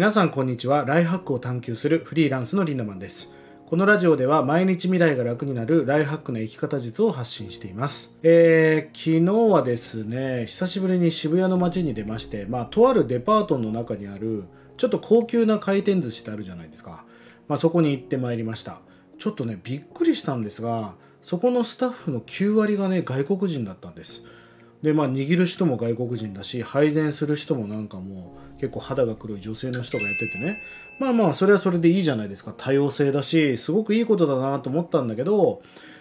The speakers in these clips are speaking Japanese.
皆さんこんにちは。ライフハックを探求するフリーランスのリンダマンです。このラジオでは毎日未来が楽になるライフハックの生き方術を発信しています。昨日はですね、久しぶりに渋谷の街に出まして、とあるデパートの中にあるちょっと高級な回転寿司ってあるじゃないですか。そこに行ってまいりました。ちょっとね、びっくりしたんですが、そこのスタッフの9割がね、外国人だったんです。で、握る人も外国人だし、配膳する人もなんかもう結構肌が黒い女性の人がやっててね、それはそれでいいじゃないですか。多様性だし、すごくいいことだなと思ったんだけど、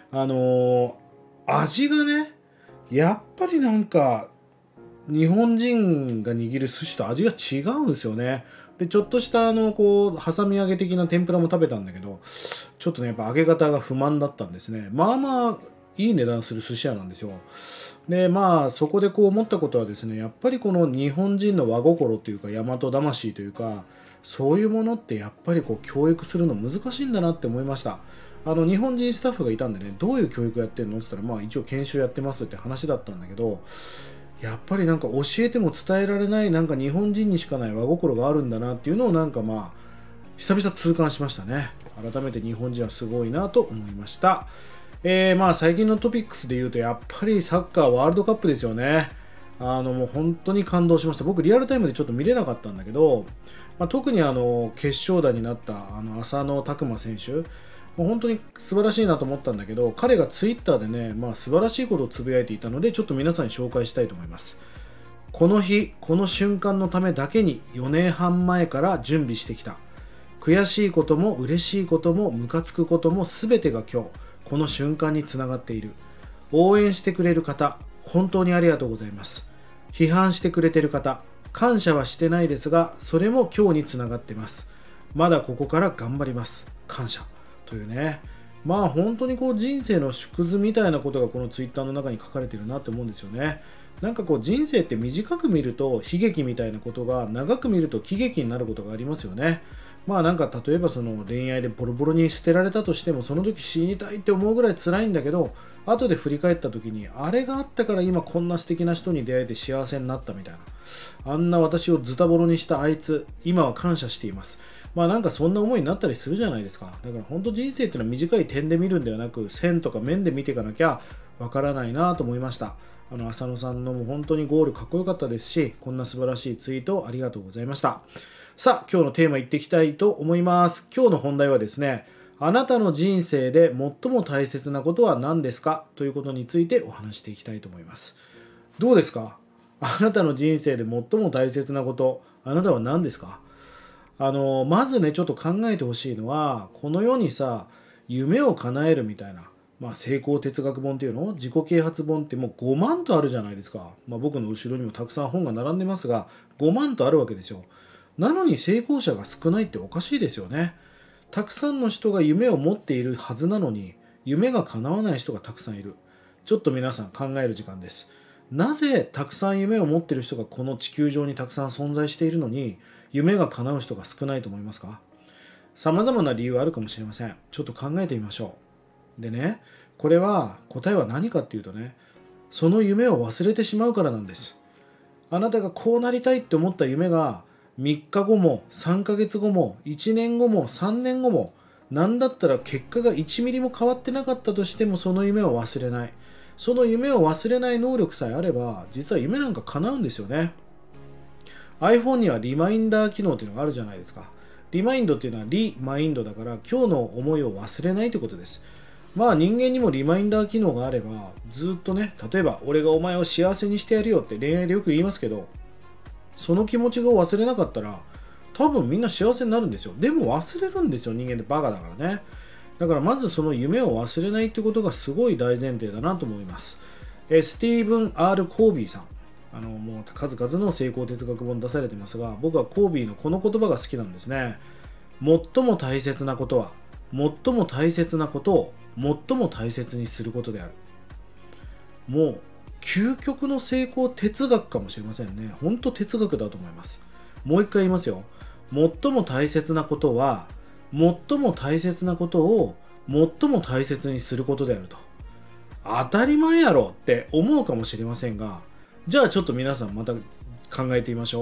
味がね、やっぱりなんか日本人が握る寿司と味が違うんですよね。で、ちょっとした挟み揚げ的な天ぷらも食べたんだけど、ちょっとね、やっぱ揚げ方が不満だったんですね。いい値段する寿司屋なんですよ。で、そこで思ったことはですね、やっぱりこの日本人の和心というか、大和魂というか、そういうものってやっぱり教育するの難しいんだなって思いました。日本人スタッフがいたんでね、どういう教育やってんのって言ったら、一応研修やってますって話だったんだけど、やっぱりなんか教えても伝えられない、なんか日本人にしかない和心があるんだなっていうのを久々痛感しましたね。改めて日本人はすごいなと思いました。最近のトピックスで言うと、やっぱりサッカーワールドカップですよね。もう本当に感動しました。僕リアルタイムでちょっと見れなかったんだけど、特に決勝打になった浅野拓磨選手、もう本当に素晴らしいなと思ったんだけど、彼がツイッターでね、素晴らしいことをつぶやいていたので、ちょっと皆さんに紹介したいと思います。この日、この瞬間のためだけに4年半前から準備してきた。悔しいことも嬉しいこともムカつくことも全てが今日、この瞬間につながっている。応援してくれる方、本当にありがとうございます。批判してくれてる方、感謝はしてないですが、それも今日につながってます。まだここから頑張ります。感謝。というね。本当に人生の縮図みたいなことがこのツイッターの中に書かれてるなって思うんですよね。なんか人生って短く見ると悲劇みたいなことが、長く見ると喜劇になることがありますよね。例えば恋愛でボロボロに捨てられたとしても、その時死にたいって思うぐらい辛いんだけど、後で振り返った時に、あれがあったから今こんな素敵な人に出会えて幸せになったみたいな、あんな私をズタボロにしたあいつ、今は感謝しています。そんな思いになったりするじゃないですか。だから本当人生っていうのは短い点で見るんではなく、線とか面で見ていかなきゃわからないなと思いました。浅野さんのも本当にゴールかっこよかったですし、こんな素晴らしいツイートありがとうございました。さあ、今日のテーマいっていきたいと思います。今日の本題はですね、あなたの人生で最も大切なことは何ですかということについてお話していきたいと思います。どうですか？あなたの人生で最も大切なこと、あなたは何ですか？まずね、ちょっと考えてほしいのは、この世にさ、夢を叶えるみたいな、成功哲学本っていうの、自己啓発本ってもう5万とあるじゃないですか。僕の後ろにもたくさん本が並んでますが、5万とあるわけですよ。なのに成功者が少ないっておかしいですよね。たくさんの人が夢を持っているはずなのに、夢が叶わない人がたくさんいる。ちょっと皆さん考える時間です。なぜたくさん夢を持っている人がこの地球上にたくさん存在しているのに、夢が叶う人が少ないと思いますか？様々な理由はあるかもしれません。ちょっと考えてみましょう。でね、これは答えは何かっていうとね、その夢を忘れてしまうからなんです。あなたがこうなりたいって思った夢が3日後も3ヶ月後も1年後も3年後も、なんだったら結果が1ミリも変わってなかったとしても、その夢を忘れない。その夢を忘れない能力さえあれば、実は夢なんか叶うんですよね。iPhone にはリマインダー機能っていうのがあるじゃないですか。リマインドっていうのはリマインドだから、今日の思いを忘れないということです。人間にもリマインダー機能があれば、ずっとね、例えば俺がお前を幸せにしてやるよって恋愛でよく言いますけど、その気持ちが忘れなかったら多分みんな幸せになるんですよ。でも忘れるんですよ。人間ってバカだからね。だからまずその夢を忘れないってことがすごい大前提だなと思います。スティーブン・ R ・コービーさん、もう数々の成功哲学本出されてますが、僕はコービーのこの言葉が好きなんですね。最も大切なことは、最も大切なことを最も大切にすることである。もう究極の成功哲学かもしれませんね。本当哲学だと思います。もう一回言いますよ。最も大切なことは、最も大切なことを最も大切にすることであると。当たり前やろって思うかもしれませんが、じゃあちょっと皆さんまた考えてみましょ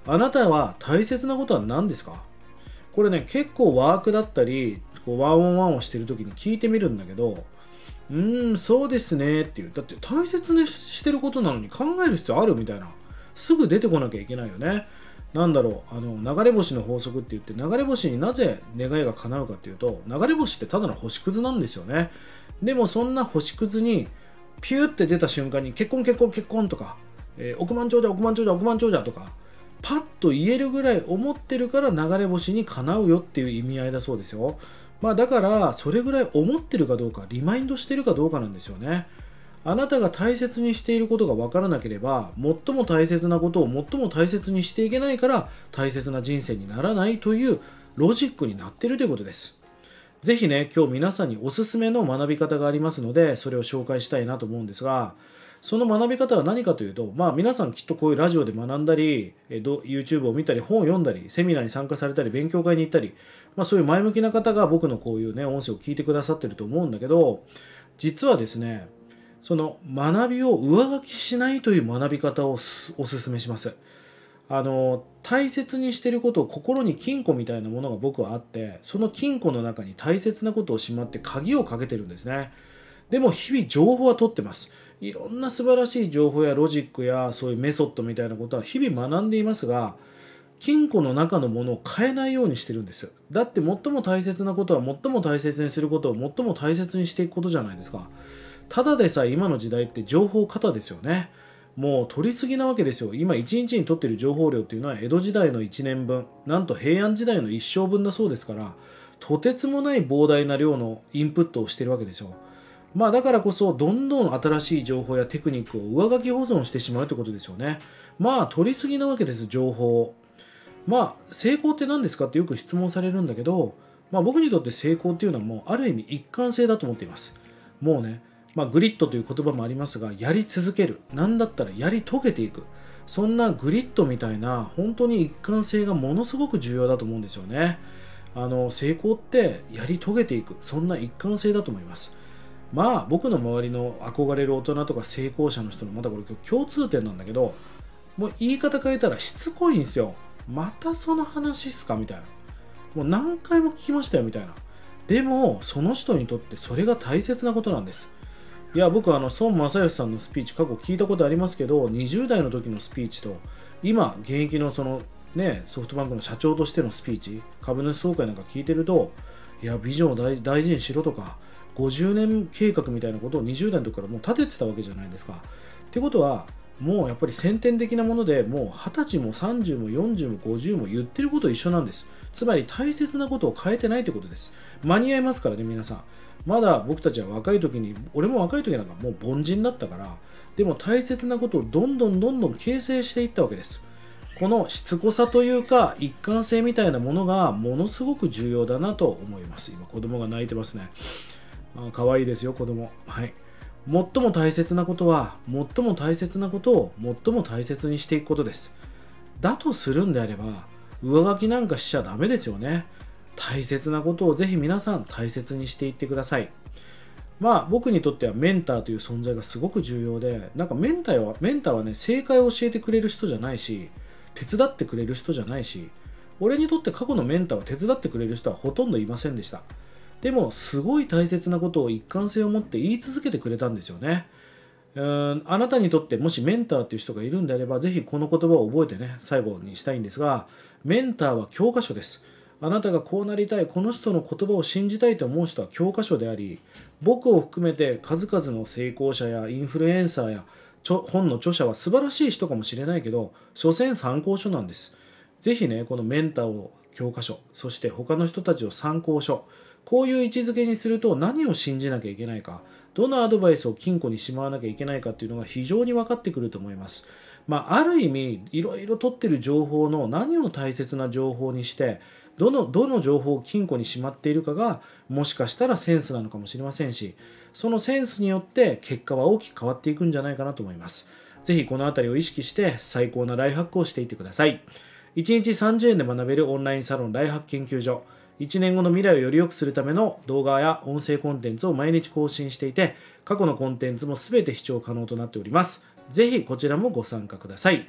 あなたは大切なことは何ですか？これね、結構ワークだったりこうワンオンワンをしてる時に聞いてみるんだけど、そうですねっていう。だって大切にしてることなのに考える必要あるみたいな。すぐ出てこなきゃいけないよね。なんだろう、流れ星の法則って言って、流れ星になぜ願いが叶うかっていうと、流れ星ってただの星屑なんですよね。でもそんな星屑にピューって出た瞬間に結婚結婚結婚とか、億万長者億万長者億万長者とかパッと言えるぐらい思ってるから流れ星に叶うよっていう意味合いだそうですよ。だからそれぐらい思ってるかどうか、リマインドしてるかどうかなんですよね。あなたが大切にしていることが分からなければ、最も大切なことを最も大切にしていけないから大切な人生にならないというロジックになっているということです。ぜひね、今日皆さんにおすすめの学び方がありますので、それを紹介したいなと思うんですが、その学び方は何かというと、皆さんきっとこういうラジオで学んだり、YouTube を見たり、本を読んだり、セミナーに参加されたり、勉強会に行ったり、そういう前向きな方が僕のこういうね、音声を聞いてくださってると思うんだけど、実はですね、その学びを上書きしないという学び方をお勧めします。大切にしていることを心に金庫みたいなものが僕はあって、その金庫の中に大切なことをしまって鍵をかけてるんですね。でも日々情報は取ってます。いろんな素晴らしい情報やロジックやそういうメソッドみたいなことは日々学んでいますが、金庫の中のものを変えないようにしてるんです。だって最も大切なことは最も大切にすることを最も大切にしていくことじゃないですか。ただでさえ今の時代って情報過多ですよね。もう取りすぎなわけですよ。今1日に取っている情報量っていうのは江戸時代の1年分、なんと平安時代の一生分だそうですから、とてつもない膨大な量のインプットをしているわけですよ。だからこそどんどん新しい情報やテクニックを上書き保存してしまうということですよね。取りすぎなわけです、情報を。成功って何ですかってよく質問されるんだけど、僕にとって成功っていうのはもうある意味一貫性だと思っています。もうね、グリッドという言葉もありますが、やり続ける。なんだったらやり遂げていく。そんなグリッドみたいな本当に一貫性がものすごく重要だと思うんですよね。成功ってやり遂げていく。そんな一貫性だと思います。僕の周りの憧れる大人とか成功者の人のまたこれ共通点なんだけど、もう言い方変えたらしつこいんですよ。またその話っすかみたいな。もう何回も聞きましたよみたいな。でもその人にとってそれが大切なことなんです。いや僕孫正義さんのスピーチ過去聞いたことありますけど、20代の時のスピーチと今現役のソフトバンクの社長としてのスピーチ、株主総会なんか聞いてると、いやビジョンを大事にしろとか50年計画みたいなことを20代の時からもう立ててたわけじゃないですか。ってことはもうやっぱり先天的なもので、もう20歳も30も40も50も言ってること一緒なんです。つまり大切なことを変えてないということです。間に合いますからね皆さん。まだ僕たちは若い時に、俺も若い時なんかもう凡人だったから、でも大切なことをどんどん形成していったわけです。このしつこさというか一貫性みたいなものがものすごく重要だなと思います。今子供が泣いてますね。可愛いですよ子供。はい。最も大切なことは最も大切なことを最も大切にしていくことです。だとするんであれば上書きなんかしちゃダメですよね。大切なことをぜひ皆さん大切にしていってください。僕にとってはメンターという存在がすごく重要で、なんかメンターはね、正解を教えてくれる人じゃないし、手伝ってくれる人じゃないし、俺にとって過去のメンターは手伝ってくれる人はほとんどいませんでした。でもすごい大切なことを一貫性を持って言い続けてくれたんですよね。あなたにとってもしメンターっていう人がいるんであれば、ぜひこの言葉を覚えてね、最後にしたいんですが、メンターは教科書です。あなたがこうなりたい、この人の言葉を信じたいと思う人は教科書であり、僕を含めて数々の成功者やインフルエンサーや本の著者は素晴らしい人かもしれないけど、所詮参考書なんです。ぜひね、このメンターを教科書、そして他の人たちを参考書、こういう位置づけにすると何を信じなきゃいけないか、どのアドバイスを金庫にしまわなきゃいけないかっていうのが非常に分かってくると思います。ある意味いろいろ取ってる情報の何を大切な情報にしてどの情報を金庫にしまっているかがもしかしたらセンスなのかもしれませんし、そのセンスによって結果は大きく変わっていくんじゃないかなと思います。ぜひこのあたりを意識して最高なライフハックをしていってください。1日30円で学べるオンラインサロンライフハック研究所、1年後の未来をより良くするための動画や音声コンテンツを毎日更新していて、過去のコンテンツも全て視聴可能となっております。ぜひこちらもご参加ください。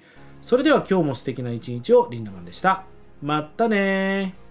それでは今日も素敵な一日を。リンダマンでした。またね。